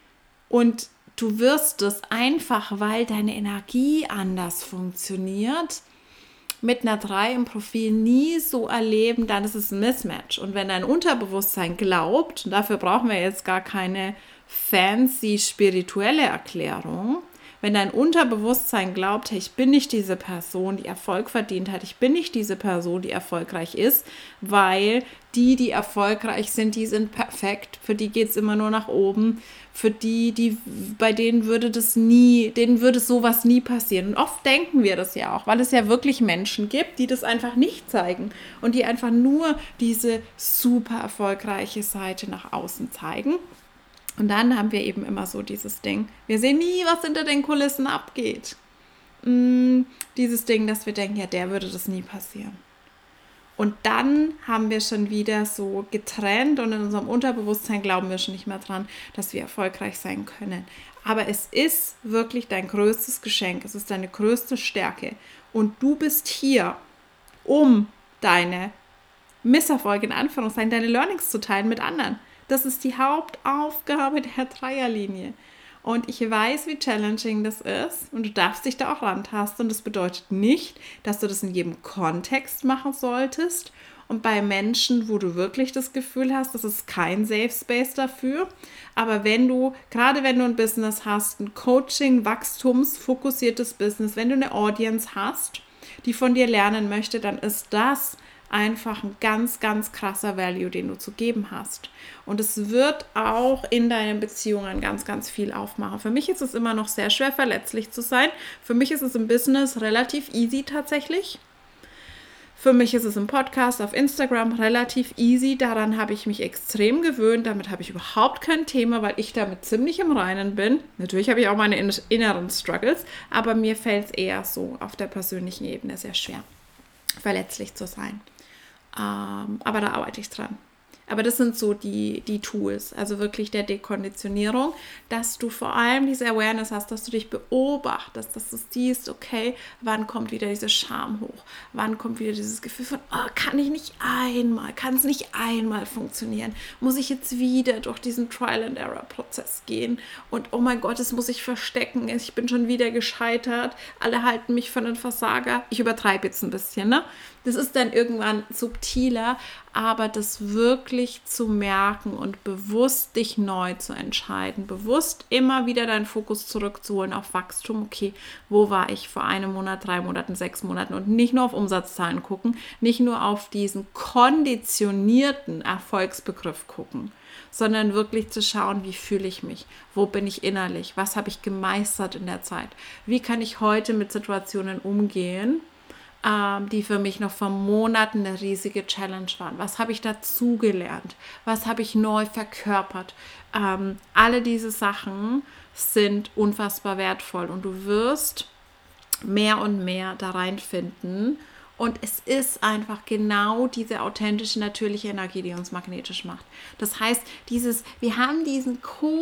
Und du wirst es einfach, weil deine Energie anders funktioniert, mit einer drei im Profil nie so erleben, dann ist es ein Mismatch. Und wenn dein Unterbewusstsein glaubt, und dafür brauchen wir jetzt gar keine fancy spirituelle Erklärung, wenn dein Unterbewusstsein glaubt, hey, ich bin nicht diese Person, die Erfolg verdient hat, ich bin nicht diese Person, die erfolgreich ist, weil die, die erfolgreich sind, die sind perfekt, für die geht es immer nur nach oben, für die, die, bei denen würde das nie, denen würde sowas nie passieren. Und oft denken wir das ja auch, weil es ja wirklich Menschen gibt, die das einfach nicht zeigen und die einfach nur diese super erfolgreiche Seite nach außen zeigen. Und dann haben wir eben immer so dieses Ding, wir sehen nie, was hinter den Kulissen abgeht. Mm, dieses Ding, dass wir denken, ja, der würde das nie passieren. Und dann haben wir schon wieder so getrennt und in unserem Unterbewusstsein glauben wir schon nicht mehr dran, dass wir erfolgreich sein können. Aber es ist wirklich dein größtes Geschenk, es ist deine größte Stärke. Und du bist hier, um deine Misserfolge, in Anführungszeichen, deine Learnings zu teilen mit anderen. Das ist die Hauptaufgabe der Dreierlinie. Und ich weiß, wie challenging das ist und du darfst dich da auch rantasten. Und das bedeutet nicht, dass du das in jedem Kontext machen solltest. Und bei Menschen, wo du wirklich das Gefühl hast, das ist kein Safe Space dafür. Aber wenn du, gerade wenn du ein Business hast, ein Coaching, wachstumsfokussiertes Business, wenn du eine Audience hast, die von dir lernen möchte, dann ist das einfach ein ganz, ganz krasser Value, den du zu geben hast. Und es wird auch in deinen Beziehungen ganz, ganz viel aufmachen. Für mich ist es immer noch sehr schwer, verletzlich zu sein. Für mich ist es im Business relativ easy tatsächlich. Für mich ist es im Podcast, auf Instagram relativ easy. Daran habe ich mich extrem gewöhnt. Damit habe ich überhaupt kein Thema, weil ich damit ziemlich im Reinen bin. Natürlich habe ich auch meine inneren Struggles, aber mir fällt es eher so auf der persönlichen Ebene sehr schwer, verletzlich zu sein. Ähm, aber da arbeite ich dran. Aber das sind so die, die Tools, also wirklich der Dekonditionierung, dass du vor allem diese Awareness hast, dass du dich beobachtest, dass du siehst, okay, wann kommt wieder diese Scham hoch, wann kommt wieder dieses Gefühl von, oh, kann ich nicht einmal, kann es nicht einmal funktionieren, muss ich jetzt wieder durch diesen Trial-and-Error-Prozess gehen und oh mein Gott, das muss ich verstecken, ich bin schon wieder gescheitert, alle halten mich für einen Versager, ich übertreibe jetzt ein bisschen, ne? Das ist dann irgendwann subtiler, aber das wirklich zu merken und bewusst dich neu zu entscheiden, bewusst immer wieder deinen Fokus zurückzuholen auf Wachstum. Okay, wo war ich vor einem Monat, drei Monaten, sechs Monaten und nicht nur auf Umsatzzahlen gucken, nicht nur auf diesen konditionierten Erfolgsbegriff gucken, sondern wirklich zu schauen, wie fühle ich mich, wo bin ich innerlich, was habe ich gemeistert in der Zeit, wie kann ich heute mit Situationen umgehen, die für mich noch vor Monaten eine riesige Challenge waren. Was habe ich dazugelernt? Was habe ich neu verkörpert? Ähm, alle diese Sachen sind unfassbar wertvoll und du wirst mehr und mehr da reinfinden. Und es ist einfach genau diese authentische, natürliche Energie, die uns magnetisch macht. Das heißt, dieses, wir haben diesen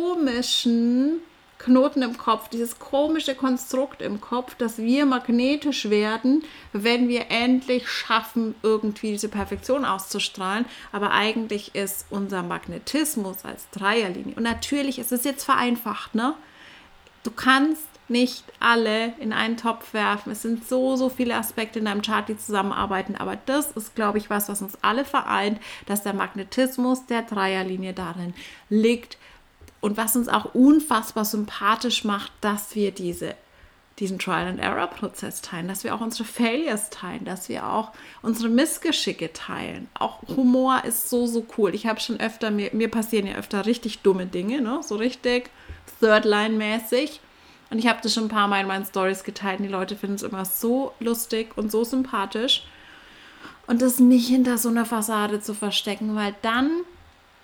komischen Knoten im Kopf, dieses komische Konstrukt im Kopf, dass wir magnetisch werden, wenn wir endlich schaffen, irgendwie diese Perfektion auszustrahlen. Aber eigentlich ist unser Magnetismus als Dreierlinie, und natürlich ist es jetzt vereinfacht, ne? Du kannst nicht alle in einen Topf werfen. Es sind so, so viele Aspekte in deinem Chart, die zusammenarbeiten. Aber das ist, glaube ich, was, was uns alle vereint, dass der Magnetismus der Dreierlinie darin liegt, und was uns auch unfassbar sympathisch macht, dass wir diese, diesen Trial-and-Error-Prozess teilen, dass wir auch unsere Failures teilen, dass wir auch unsere Missgeschicke teilen. Auch Humor ist so, so cool. Ich habe schon öfter, mir, mir passieren ja öfter richtig dumme Dinge, ne? So richtig Third-Line-mäßig. Und ich habe das schon ein paar Mal in meinen Stories geteilt und die Leute finden es immer so lustig und so sympathisch. Und das nicht hinter so einer Fassade zu verstecken, weil dann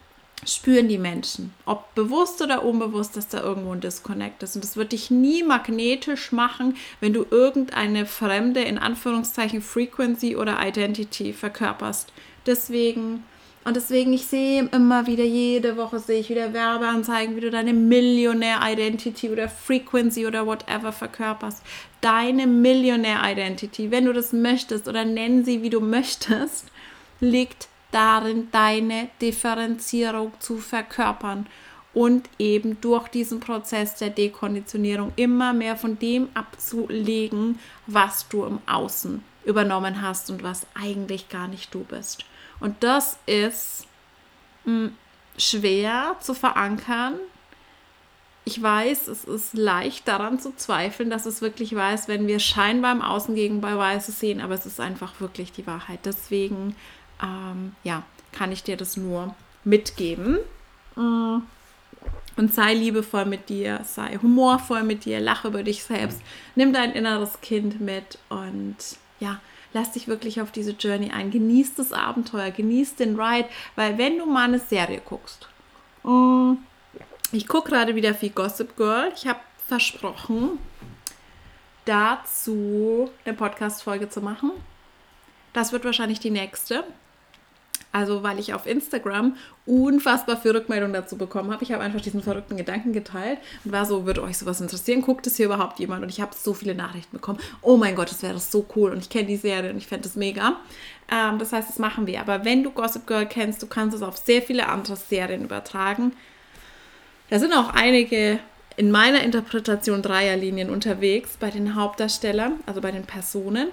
spüren die Menschen, ob bewusst oder unbewusst, dass da irgendwo ein Disconnect ist. Und das wird dich nie magnetisch machen, wenn du irgendeine fremde, in Anführungszeichen, Frequency oder Identity verkörperst. Deswegen, und deswegen, ich sehe immer wieder, jede Woche sehe ich wieder Werbeanzeigen, wie du deine Millionär-Identity oder Frequency oder whatever verkörperst. Deine Millionär-Identity, wenn du das möchtest oder nenn sie, wie du möchtest, liegt darin, deine Differenzierung zu verkörpern und eben durch diesen Prozess der Dekonditionierung immer mehr von dem abzulegen, was du im Außen übernommen hast und was eigentlich gar nicht du bist. Und das ist mh, schwer zu verankern. Ich weiß, es ist leicht daran zu zweifeln, dass es wirklich wahr ist, wenn wir scheinbar im Außen gegen Beweise sehen, aber es ist einfach wirklich die Wahrheit. Deswegen Ähm, ja, kann ich dir das nur mitgeben. Und sei liebevoll mit dir, sei humorvoll mit dir, lache über dich selbst, nimm dein inneres Kind mit und ja, lass dich wirklich auf diese Journey ein. Genieß das Abenteuer, genieß den Ride, weil wenn du mal eine Serie guckst, ich gucke gerade wieder viel Gossip Girl, ich habe versprochen, dazu eine Podcast-Folge zu machen. Das wird wahrscheinlich die nächste. Also, weil ich auf Instagram unfassbar viel Rückmeldung dazu bekommen habe. Ich habe einfach diesen verrückten Gedanken geteilt und war so, würde euch sowas interessieren? Guckt es hier überhaupt jemand? Und ich habe so viele Nachrichten bekommen. Oh mein Gott, das wäre das so cool. Und ich kenne die Serie und ich fände das mega. Ähm, das heißt, das machen wir. Aber wenn du Gossip Girl kennst, du kannst es auf sehr viele andere Serien übertragen. Da sind auch einige in meiner Interpretation Dreierlinien unterwegs bei den Hauptdarstellern, also bei den Personen.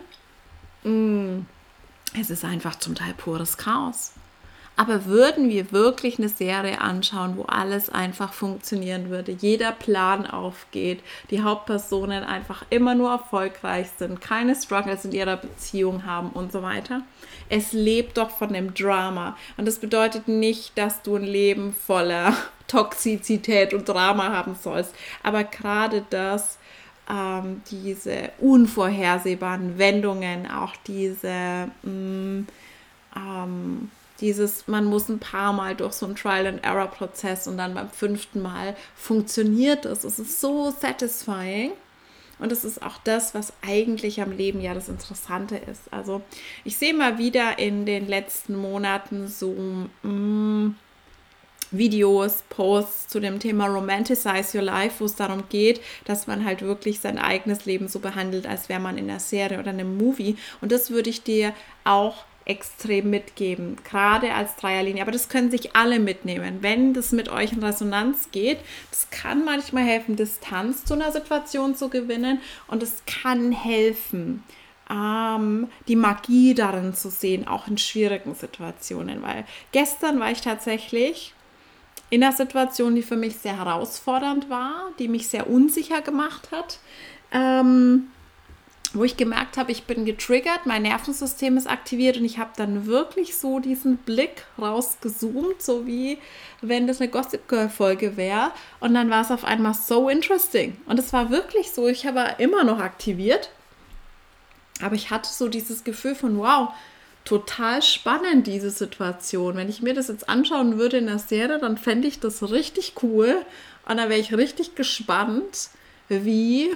Mm. Es ist einfach zum Teil pures Chaos. Aber würden wir wirklich eine Serie anschauen, wo alles einfach funktionieren würde, jeder Plan aufgeht, die Hauptpersonen einfach immer nur erfolgreich sind, keine Struggles in ihrer Beziehung haben und so weiter? Es lebt doch von dem Drama. Und das bedeutet nicht, dass du ein Leben voller Toxizität und Drama haben sollst. Aber gerade das, Ähm, diese unvorhersehbaren Wendungen, auch diese, mh, ähm, dieses, man muss ein paar Mal durch so einen Trial-and-Error-Prozess und dann beim fünften Mal funktioniert es. Es ist so satisfying und es ist auch das, was eigentlich am Leben ja das Interessante ist. Also ich sehe mal wieder in den letzten Monaten so mh, Videos, Posts zu dem Thema Romanticize Your Life, wo es darum geht, dass man halt wirklich sein eigenes Leben so behandelt, als wäre man in einer Serie oder einem Movie. Und das würde ich dir auch extrem mitgeben, gerade als Dreierlinie. Aber das können sich alle mitnehmen, wenn das mit euch in Resonanz geht. Das kann manchmal helfen, Distanz zu einer Situation zu gewinnen und es kann helfen, ähm, die Magie darin zu sehen, auch in schwierigen Situationen. Weil gestern war ich tatsächlich in einer Situation, die für mich sehr herausfordernd war, die mich sehr unsicher gemacht hat, ähm, wo ich gemerkt habe, ich bin getriggert, mein Nervensystem ist aktiviert und ich habe dann wirklich so diesen Blick rausgezoomt, so wie wenn das eine Gossip Girl Folge wäre und dann war es auf einmal so interesting und es war wirklich so, ich war immer noch aktiviert, aber ich hatte so dieses Gefühl von wow, total spannend, diese Situation. Wenn ich mir das jetzt anschauen würde in der Serie, dann fände ich das richtig cool und dann wäre ich richtig gespannt, wie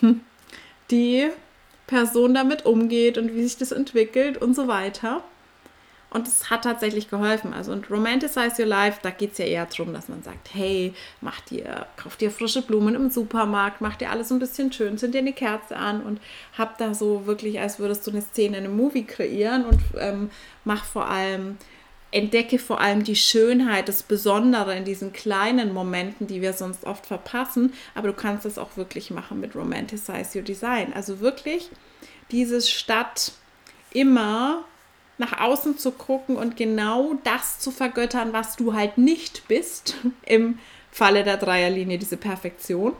die Person damit umgeht und wie sich das entwickelt und so weiter. Und es hat tatsächlich geholfen. Also und Romanticize Your Life, da geht es ja eher darum, dass man sagt, hey, mach dir, kauf dir frische Blumen im Supermarkt, mach dir alles ein bisschen schön, zünd dir eine Kerze an und hab da so wirklich, als würdest du eine Szene in einem Movie kreieren und ähm, mach vor allem, entdecke vor allem die Schönheit, das Besondere in diesen kleinen Momenten, die wir sonst oft verpassen, aber du kannst das auch wirklich machen mit Romanticize Your Design. Also wirklich dieses statt immer nach außen zu gucken und genau das zu vergöttern, was du halt nicht bist, im Falle der Dreierlinie, diese Perfektion.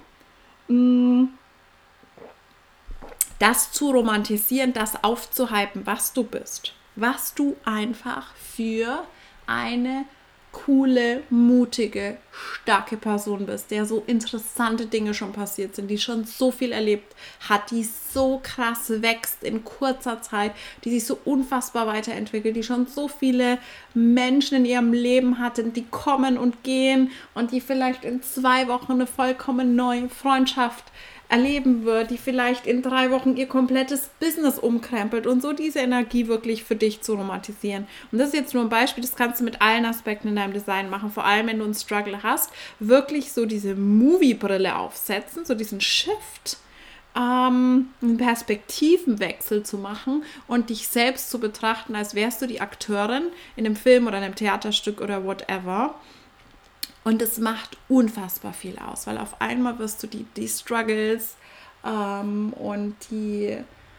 Das zu romantisieren, das aufzuhypen, was du bist, was du einfach für eine coole, mutige, starke Person bist, der so interessante Dinge schon passiert sind, die schon so viel erlebt hat, die so krass wächst in kurzer Zeit, die sich so unfassbar weiterentwickelt, die schon so viele Menschen in ihrem Leben hatten, die kommen und gehen und die vielleicht in zwei Wochen eine vollkommen neue Freundschaft erleben wird, die vielleicht in drei Wochen ihr komplettes Business umkrempelt und so diese Energie wirklich für dich zu romantisieren. Und das ist jetzt nur ein Beispiel, das kannst du mit allen Aspekten in deinem Design machen, vor allem wenn du einen Struggle hast, wirklich so diese Movie-Brille aufsetzen, so diesen Shift, ähm, einen Perspektivenwechsel zu machen und dich selbst zu betrachten, als wärst du die Akteurin in einem Film oder einem Theaterstück oder whatever. Und es macht unfassbar viel aus, weil auf einmal wirst du die, die Struggles ähm, und die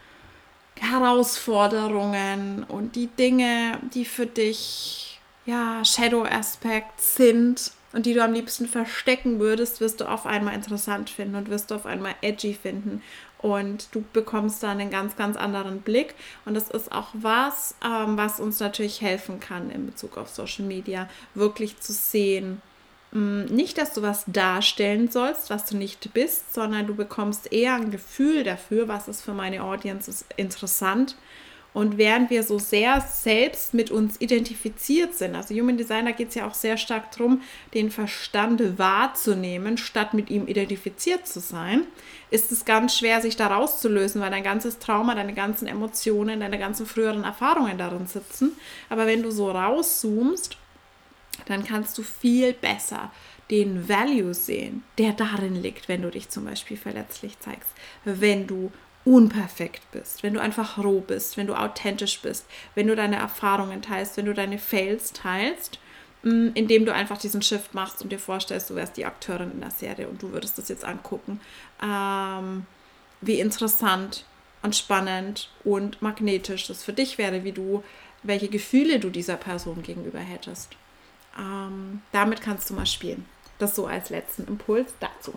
Herausforderungen und die Dinge, die für dich ja Shadow-Aspekt sind und die du am liebsten verstecken würdest, wirst du auf einmal interessant finden und wirst du auf einmal edgy finden. Und du bekommst da einen ganz, ganz anderen Blick. Und das ist auch was, ähm, was uns natürlich helfen kann in Bezug auf Social Media, wirklich zu sehen. Nicht, dass du was darstellen sollst, was du nicht bist, sondern du bekommst eher ein Gefühl dafür, was ist für meine Audience interessant. Und während wir so sehr selbst mit uns identifiziert sind, also Human Design, da geht es ja auch sehr stark darum, den Verstand wahrzunehmen, statt mit ihm identifiziert zu sein, ist es ganz schwer, sich da rauszulösen, weil dein ganzes Trauma, deine ganzen Emotionen, deine ganzen früheren Erfahrungen darin sitzen. Aber wenn du so rauszoomst, dann kannst du viel besser den Value sehen, der darin liegt, wenn du dich zum Beispiel verletzlich zeigst, wenn du unperfekt bist, wenn du einfach roh bist, wenn du authentisch bist, wenn du deine Erfahrungen teilst, wenn du deine Fails teilst, indem du einfach diesen Shift machst und dir vorstellst, du wärst die Akteurin in der Serie und du würdest das jetzt angucken, ähm, wie interessant und spannend und magnetisch das für dich wäre, wie du, welche Gefühle du dieser Person gegenüber hättest. Ähm, damit kannst du mal spielen. Das so als letzten Impuls dazu.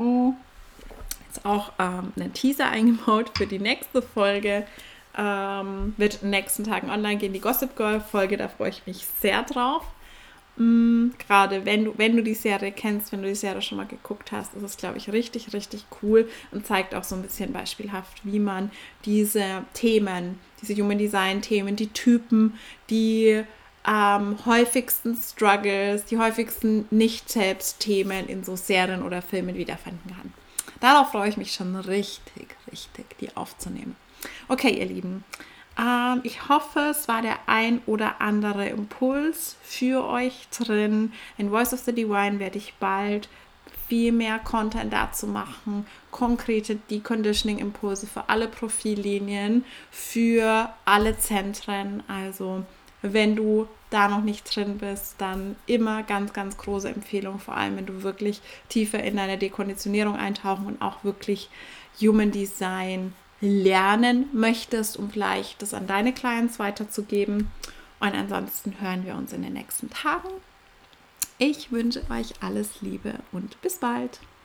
Jetzt auch ähm, einen Teaser eingebaut für die nächste Folge. Ähm, wird in den nächsten Tagen online gehen, die Gossip Girl Folge, da freue ich mich sehr drauf. Mhm, gerade wenn du, wenn du die Serie kennst, wenn du die Serie schon mal geguckt hast, ist es, glaube ich, richtig, richtig cool und zeigt auch so ein bisschen beispielhaft, wie man diese Themen, diese Human Design Themen, die Typen, die Ähm, häufigsten Struggles, die häufigsten Nicht-Selbst-Themen in so Serien oder Filmen wiederfinden kann. Darauf freue ich mich schon richtig, richtig, die aufzunehmen. Okay, ihr Lieben, ähm, ich hoffe, es war der ein oder andere Impuls für euch drin. In Voice of the Divine werde ich bald viel mehr Content dazu machen, konkrete Deconditioning-Impulse für alle Profillinien, für alle Zentren, also wenn du da noch nicht drin bist, dann immer ganz, ganz große Empfehlung, vor allem wenn du wirklich tiefer in deine Dekonditionierung eintauchen und auch wirklich Human Design lernen möchtest, um vielleicht das an deine Clients weiterzugeben. Und ansonsten hören wir uns in den nächsten Tagen. Ich wünsche euch alles Liebe und bis bald.